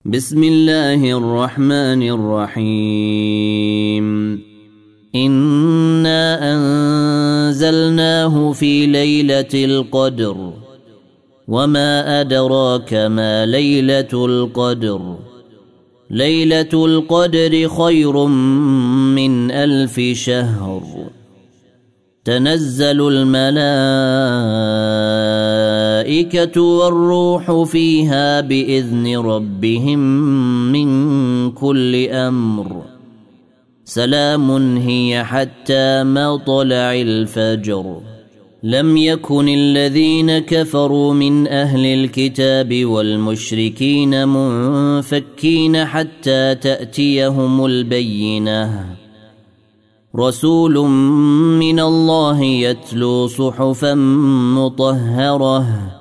بسم الله الرحمن الرحيم إنا أنزلناه في ليلة القدر وما أدراك ما ليلة القدر ليلة القدر خير من 1000 شهر تنزل الملائكة والروح فيها بإذن ربهم من كل أمر سلام هي حتى مطلع الفجر لم يكن الذين كفروا من أهل الكتاب والمشركين منفكين حتى تأتيهم البينة رسول من الله يتلو صحفا مطهرة